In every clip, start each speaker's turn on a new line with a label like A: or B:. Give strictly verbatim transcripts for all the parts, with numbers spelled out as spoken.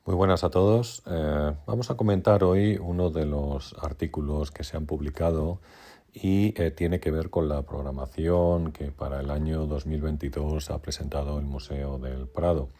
A: Muy buenas a todos. Eh, vamos a comentar hoy uno de los artículos que se han publicado y eh, tiene que ver con la programación que para el año dos mil veintidós ha presentado el Museo del Prado.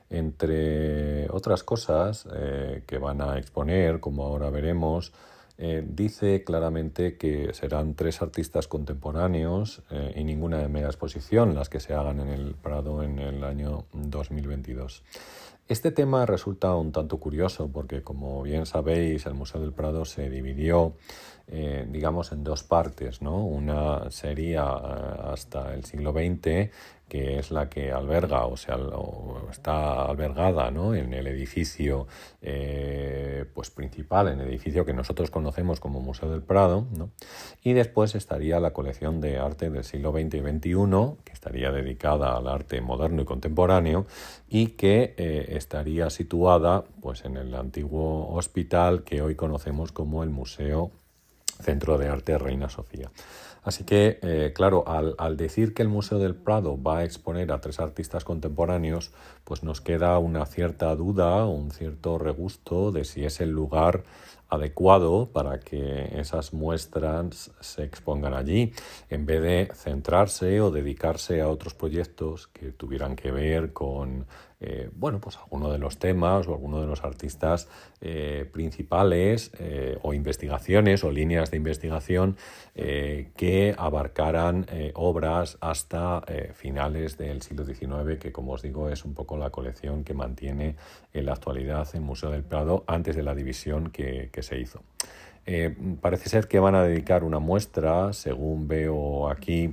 A: Entre otras cosas eh, que van a exponer, como ahora veremos, eh, dice claramente que serán tres artistas contemporáneos eh, y ninguna de media exposición las que se hagan en el Prado en el año dos mil veintidós. Este tema resulta un tanto curioso porque, como bien sabéis, el Museo del Prado se dividió, eh, digamos, en dos partes, ¿no? Una sería eh, hasta el siglo veinte, que es la que alberga, o sea, o está albergada, ¿no?, en el edificio eh, pues principal, en el edificio que nosotros conocemos como Museo del Prado, ¿no? Y después estaría la colección de arte del siglo veinte y veintiuno, que estaría dedicada al arte moderno y contemporáneo y que eh, estaría situada pues en el antiguo hospital que hoy conocemos como el Museo Centro de Arte Reina Sofía. Así que, eh, claro, al, al decir que el Museo del Prado va a exponer a tres artistas contemporáneos, pues nos queda una cierta duda, un cierto regusto de si es el lugar adecuado para que esas muestras se expongan allí, en vez de centrarse o dedicarse a otros proyectos que tuvieran que ver con eh, bueno, pues alguno de los temas o alguno de los artistas eh, principales eh, o investigaciones o líneas de investigación eh, que abarcaran eh, obras hasta eh, finales del siglo diecinueve, que, como os digo, es un poco la colección que mantiene en la actualidad el Museo del Prado antes de la división que, que se hizo. Eh, parece ser que van a dedicar una muestra, según veo aquí,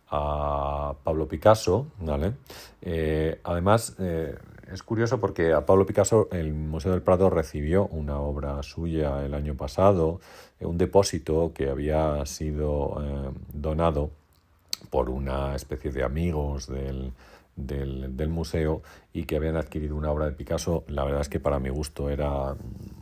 A: a Pablo Picasso, ¿vale? Eh, además, eh, es curioso porque a Pablo Picasso el Museo del Prado recibió una obra suya el año pasado, eh, un depósito que había sido eh, donado por una especie de amigos del, del, del museo y que habían adquirido una obra de Picasso. La verdad es que para mi gusto era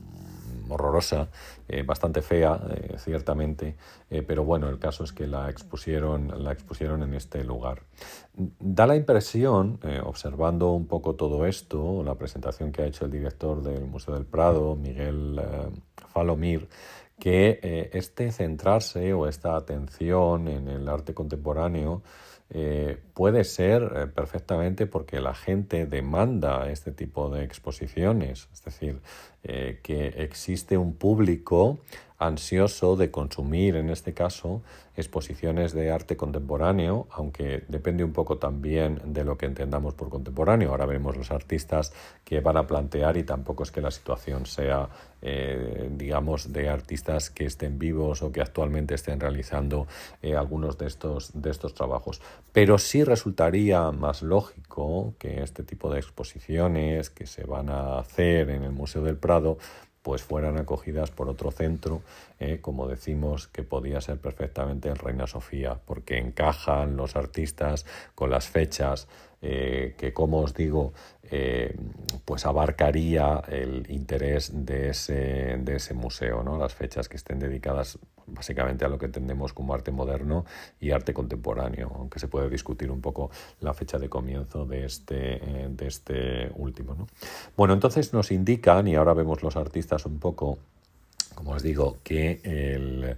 A: horrorosa, eh, bastante fea, eh, ciertamente, eh, pero bueno, el caso es que la expusieron, la expusieron en este lugar. Da la impresión, eh, observando un poco todo esto, la presentación que ha hecho el director del Museo del Prado, Miguel eh, Falomir, que eh, este centrarse o esta atención en el arte contemporáneo Eh, puede ser eh, perfectamente porque la gente demanda este tipo de exposiciones, es decir, eh, que existe un público ansioso de consumir, en este caso, exposiciones de arte contemporáneo, aunque depende un poco también de lo que entendamos por contemporáneo. Ahora veremos los artistas que van a plantear y tampoco es que la situación sea, eh, digamos, de artistas que estén vivos o que actualmente estén realizando eh, algunos de estos, de estos trabajos. Pero sí resultaría más lógico que este tipo de exposiciones que se van a hacer en el Museo del Prado pues fueran acogidas por otro centro, eh, como decimos, que podía ser perfectamente el Reina Sofía, porque encajan los artistas con las fechas eh, que, como os digo, eh, pues abarcaría el interés de ese, de ese museo, ¿no? Las fechas que estén dedicadas básicamente a lo que entendemos como arte moderno y arte contemporáneo, aunque se puede discutir un poco la fecha de comienzo de este, eh, de este último, ¿no? Bueno, entonces nos indican, y ahora vemos los artistas un poco, como os digo, que el,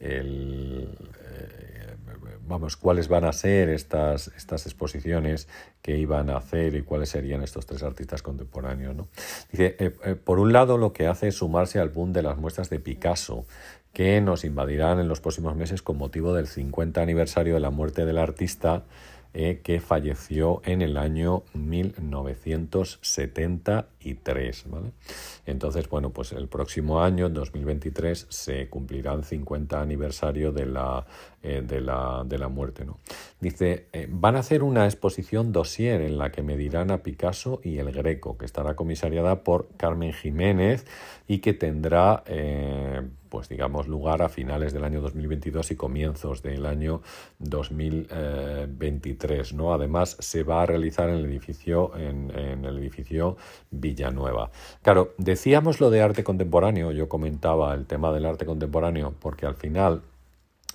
A: el eh, vamos, cuáles van a ser estas, estas exposiciones que iban a hacer y cuáles serían estos tres artistas contemporáneos, ¿no? Dice, eh, eh, por un lado, lo que hace es sumarse al boom de las muestras de Picasso, que nos invadirán en los próximos meses con motivo del cincuenta aniversario de la muerte del artista, eh, que falleció en el año mil novecientos setenta y tres, ¿vale? Entonces, bueno, pues el próximo año, en dos mil veintitrés, se cumplirán cincuenta aniversario de la, eh, de la, de la muerte, ¿no? Dice, eh, van a hacer una exposición dossier en la que medirán a Picasso y el Greco, que estará comisariada por Carmen Jiménez y que tendrá, eh, pues digamos, lugar a finales del año dos mil veintidós y comienzos del año dos mil veintitrés, ¿no? Además, se va a realizar en el edificio, en, en el edificio Villanueva. Claro, decíamos lo de arte contemporáneo, yo comentaba el tema del arte contemporáneo, porque al final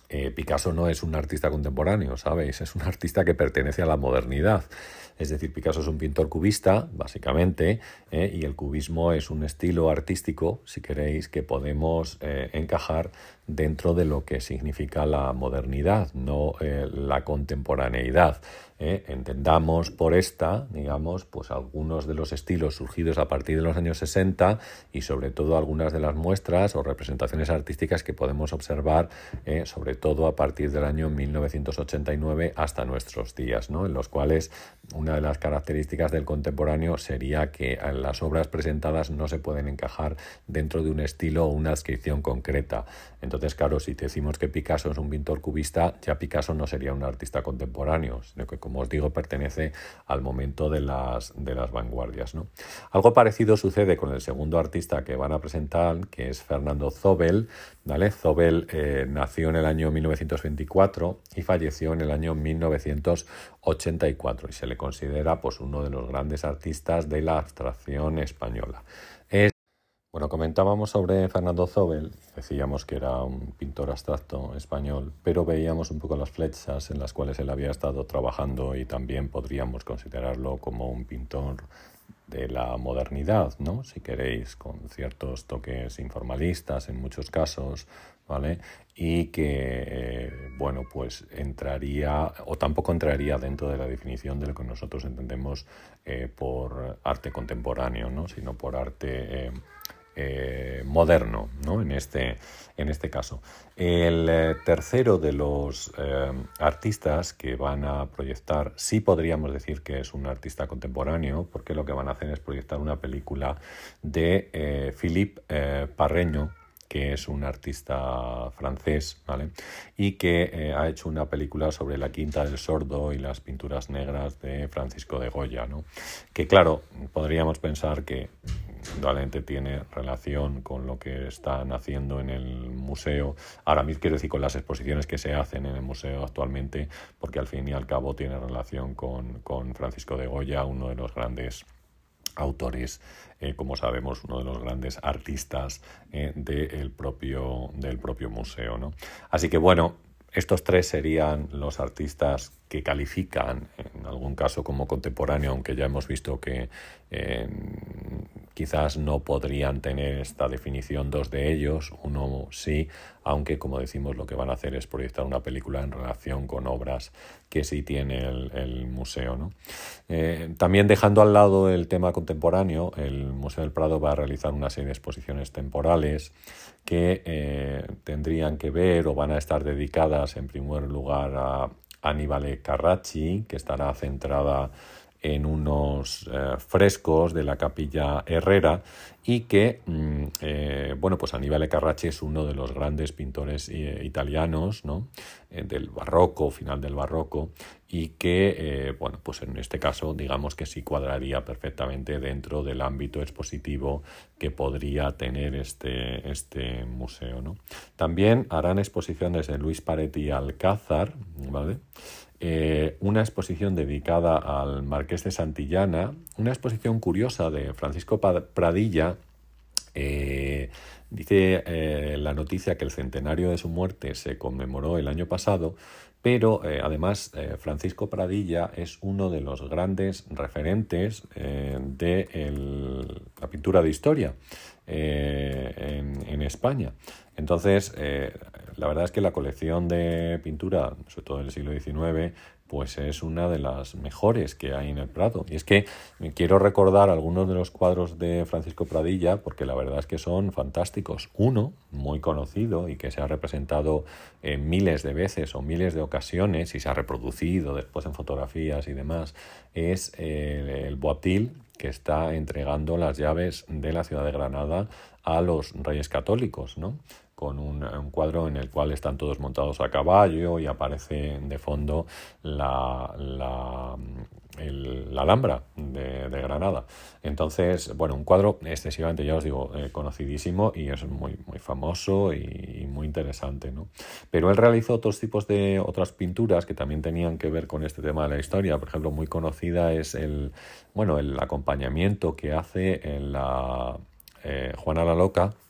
A: Eh, Picasso no es un artista contemporáneo, ¿sabéis? Es un artista que pertenece a la modernidad. Es decir, Picasso es un pintor cubista, básicamente, ¿eh? Y el cubismo es un estilo artístico, si queréis, que podemos eh, encajar dentro de lo que significa la modernidad, no eh, la contemporaneidad. ¿eh? Entendamos por esta, digamos, pues algunos de los estilos surgidos a partir de los años sesenta y sobre todo algunas de las muestras o representaciones artísticas que podemos observar, eh, sobre todo a partir del año mil novecientos ochenta y nueve hasta nuestros días, ¿no? En los cuales una de las características del contemporáneo sería que las obras presentadas no se pueden encajar dentro de un estilo o una adscripción concreta. Entonces, claro, si decimos que Picasso es un pintor cubista, ya Picasso no sería un artista contemporáneo, sino que, como os digo, pertenece al momento de las, de las vanguardias, ¿no? Algo parecido sucede con el segundo artista que van a presentar, que es Fernando Zobel, ¿vale? Zobel eh, nació en el año mil novecientos veinticuatro y falleció en el año mil novecientos ochenta y cuatro y se le considera pues, uno de los grandes artistas de la abstracción española. Es Bueno, comentábamos sobre Fernando Zobel, decíamos que era un pintor abstracto español, pero veíamos un poco las flechas en las cuales él había estado trabajando y también podríamos considerarlo como un pintor de la modernidad, ¿no? Si queréis, con ciertos toques informalistas en muchos casos, ¿vale? Y que, eh, bueno, pues entraría, o tampoco entraría dentro de la definición de lo que nosotros entendemos eh, por arte contemporáneo, ¿no? Sino por arte eh, eh, moderno, ¿no? En este, en este caso. El eh, tercero de los eh, artistas que van a proyectar, sí podríamos decir que es un artista contemporáneo, porque lo que van a hacer es proyectar una película de eh, Philippe eh, Parreño, que es un artista francés, ¿vale? Y que eh, ha hecho una película sobre la Quinta del Sordo y las pinturas negras de Francisco de Goya, ¿no? Que claro, podríamos pensar que indudablemente tiene relación con lo que están haciendo en el museo, ahora mismo quiero decir con las exposiciones que se hacen en el museo actualmente, porque al fin y al cabo tiene relación con, con Francisco de Goya, uno de los grandes autores, eh, como sabemos, uno de los grandes artistas eh, del propio, del propio museo, ¿no? Así que bueno, estos tres serían los artistas que califican en algún caso como contemporáneo, aunque ya hemos visto que eh, quizás no podrían tener esta definición dos de ellos, uno sí, aunque como decimos lo que van a hacer es proyectar una película en relación con obras que sí tiene el, el museo, ¿no? Eh, también dejando al lado el tema contemporáneo, el Museo del Prado va a realizar una serie de exposiciones temporales que eh, tendrían que ver o van a estar dedicadas en primer lugar a Aníbal Carracci, que estará centrada en unos eh, frescos de la Capilla Herrera y que, mm, eh, bueno, pues Aníbal Carracci es uno de los grandes pintores eh, italianos, ¿no? Eh, del barroco, final del barroco, y que, eh, bueno, pues en este caso digamos que sí cuadraría perfectamente dentro del ámbito expositivo que podría tener este, este museo, ¿no? También harán exposiciones de Luis Paretti Alcázar, ¿vale? Eh, una exposición dedicada al Marqués de Santillana, una exposición curiosa de Francisco Pradilla. Eh, dice eh, la noticia que el centenario de su muerte se conmemoró el año pasado, pero eh, además eh, Francisco Pradilla es uno de los grandes referentes eh, de el, la pintura de historia eh, en, en España. Entonces, eh, la verdad es que la colección de pintura, sobre todo del siglo diecinueve, pues es una de las mejores que hay en el Prado. Y es que quiero recordar algunos de los cuadros de Francisco Pradilla, porque la verdad es que son fantásticos. Uno, muy conocido y que se ha representado eh, miles de veces o miles de ocasiones y se ha reproducido después en fotografías y demás, es eh, el Boabdil, que está entregando las llaves de la ciudad de Granada a los Reyes Católicos, ¿no? Con un, un cuadro en el cual están todos montados a caballo y aparece de fondo la, la, el, la Alhambra de, de Granada. Entonces, bueno, un cuadro excesivamente, ya os digo, eh, conocidísimo y es muy, muy famoso y, y muy interesante, ¿no? Pero él realizó otros tipos de otras pinturas que también tenían que ver con este tema de la historia. Por ejemplo, muy conocida es el, bueno, el acompañamiento que hace en la eh, Juana la Loca,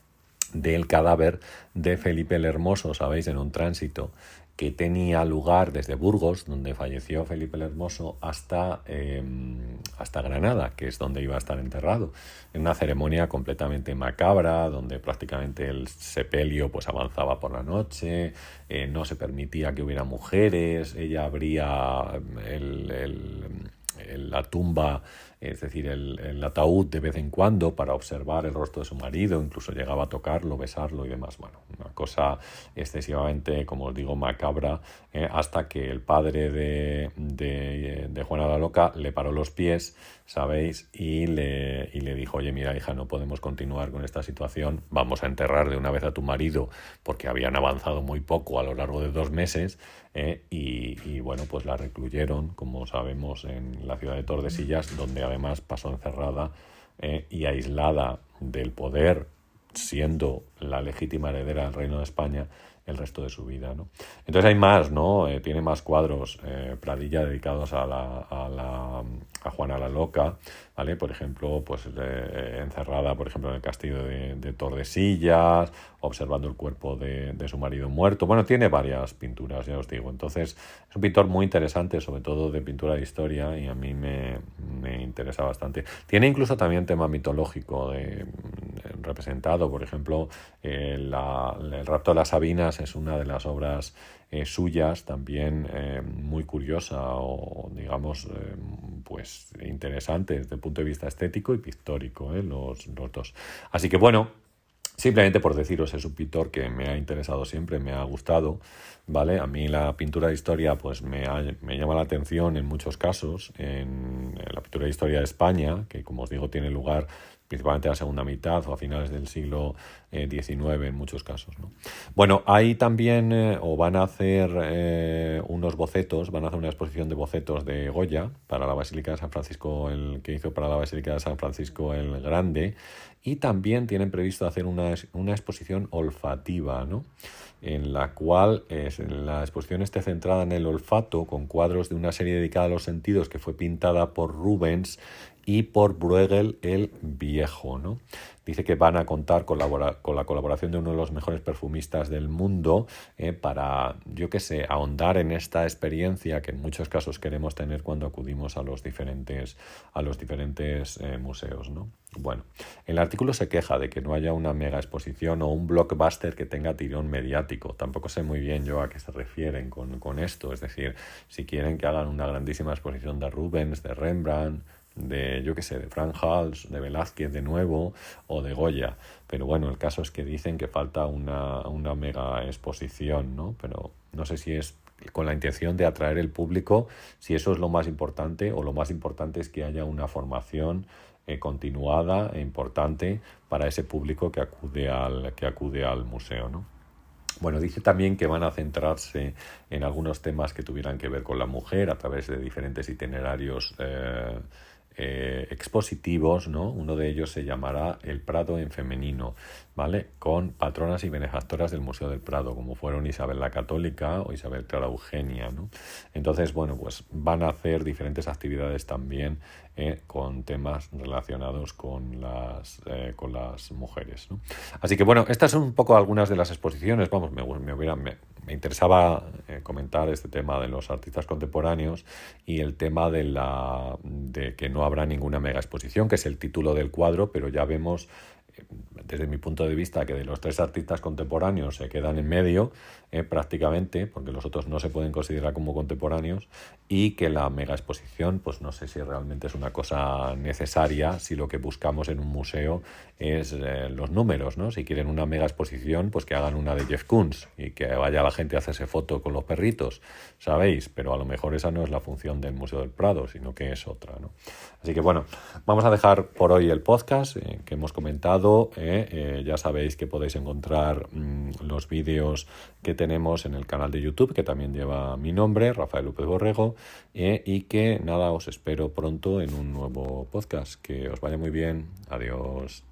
A: del cadáver de Felipe el Hermoso, ¿sabéis? En un tránsito que tenía lugar desde Burgos, donde falleció Felipe el Hermoso, hasta, eh, hasta Granada, que es donde iba a estar enterrado, en una ceremonia completamente macabra, donde prácticamente el sepelio pues avanzaba por la noche, eh, no se permitía que hubiera mujeres, ella abría el, el, el, la tumba, es decir, el, el ataúd de vez en cuando para observar el rostro de su marido, incluso llegaba a tocarlo, besarlo y demás. Bueno, una cosa excesivamente, como os digo, macabra, eh, hasta que el padre de, de, de Juana la Loca le paró los pies, ¿sabéis? Y le, y le dijo, oye, mira, hija, no podemos continuar con esta situación, vamos a enterrar de una vez a tu marido, porque habían avanzado muy poco a lo largo de dos meses, eh, y, y bueno, pues la recluyeron, como sabemos, en la ciudad de Tordesillas, donde además pasó encerrada eh, y aislada del poder, siendo la legítima heredera del Reino de España el resto de su vida, ¿no? Entonces hay más, ¿no? Eh, tiene más cuadros eh, Pradilla dedicados a la, a la a Juana la Loca, ¿vale? Por ejemplo, pues eh, encerrada, por ejemplo, en el castillo de, de Tordesillas, observando el cuerpo de, de su marido muerto. Bueno, tiene varias pinturas, ya os digo. Entonces, es un pintor muy interesante, sobre todo de pintura de historia, y a mí me, me interesa bastante. Tiene incluso también tema mitológico de, representado, por ejemplo, eh, la, el rapto de las Sabinas es una de las obras eh, suyas, también eh, muy curiosa o, digamos, eh, pues interesante desde el punto de vista estético y pictórico, eh, los, los dos. Así que bueno, simplemente por deciros, es un pintor que me ha interesado siempre, me ha gustado, ¿vale? A mí la pintura de historia pues me, ha, me llama la atención en muchos casos, en, en la pintura de historia de España, que como os digo tiene lugar principalmente a la segunda mitad o a finales del siglo diecinueve eh, en muchos casos, ¿no? Bueno, hay también, eh, o van a hacer eh, unos bocetos, van a hacer una exposición de bocetos de Goya para la Basílica de San Francisco, el que hizo para la Basílica de San Francisco el Grande, y también tienen previsto hacer una, una exposición olfativa, ¿no? En la cual eh, la exposición esté centrada en el olfato, con cuadros de una serie dedicada a los sentidos que fue pintada por Rubens y por Bruegel el Viejo, ¿no? Dice que van a contar con la, con la colaboración de uno de los mejores perfumistas del mundo eh, para, yo qué sé, ahondar en esta experiencia que en muchos casos queremos tener cuando acudimos a los diferentes, a los diferentes eh, museos, ¿no? Bueno, el artículo se queja de que no haya una mega exposición o un blockbuster que tenga tirón mediático. Tampoco sé muy bien yo a qué se refieren con, con esto. Es decir, si quieren que hagan una grandísima exposición de Rubens, de Rembrandt, de, yo qué sé, de Frank Hals, de Velázquez de nuevo o de Goya. Pero bueno, el caso es que dicen que falta una, una mega exposición, ¿no? Pero no sé si es con la intención de atraer el público, si eso es lo más importante, o lo más importante es que haya una formación eh, continuada e importante para ese público que acude al, que acude al museo, ¿no? Bueno, dice también que van a centrarse en algunos temas que tuvieran que ver con la mujer a través de diferentes itinerarios eh, eh, expositivos, ¿no? Uno de ellos se llamará El Prado en femenino, ¿vale? Con patronas y benefactoras del Museo del Prado, como fueron Isabel la Católica o Isabel Clara Eugenia, ¿no? Entonces, bueno, pues van a hacer diferentes actividades también eh, con temas relacionados con las, eh, con las mujeres, ¿no? Así que, bueno, estas son un poco algunas de las exposiciones. Vamos, me, me, hubiera, me, me interesaba eh, comentar este tema de los artistas contemporáneos y el tema de, la, de que no habrá ninguna mega exposición, que es el título del cuadro, pero ya vemos, desde mi punto de vista, que de los tres artistas contemporáneos se quedan en medio eh, prácticamente, porque los otros no se pueden considerar como contemporáneos, y que la mega exposición, pues no sé si realmente es una cosa necesaria, si lo que buscamos en un museo es eh, los números, ¿no? Si quieren una mega exposición, pues que hagan una de Jeff Koons y que vaya la gente a hacerse foto con los perritos, ¿sabéis? Pero a lo mejor esa no es la función del Museo del Prado, sino que es otra, ¿no? Así que bueno, vamos a dejar por hoy el podcast eh, que hemos comentado. Eh, eh, ya sabéis que podéis encontrar mmm, los vídeos que tenemos en el canal de YouTube, que también lleva mi nombre, Rafael López Borrego, eh, y que nada, os espero pronto en un nuevo podcast. Que os vaya muy bien. Adiós.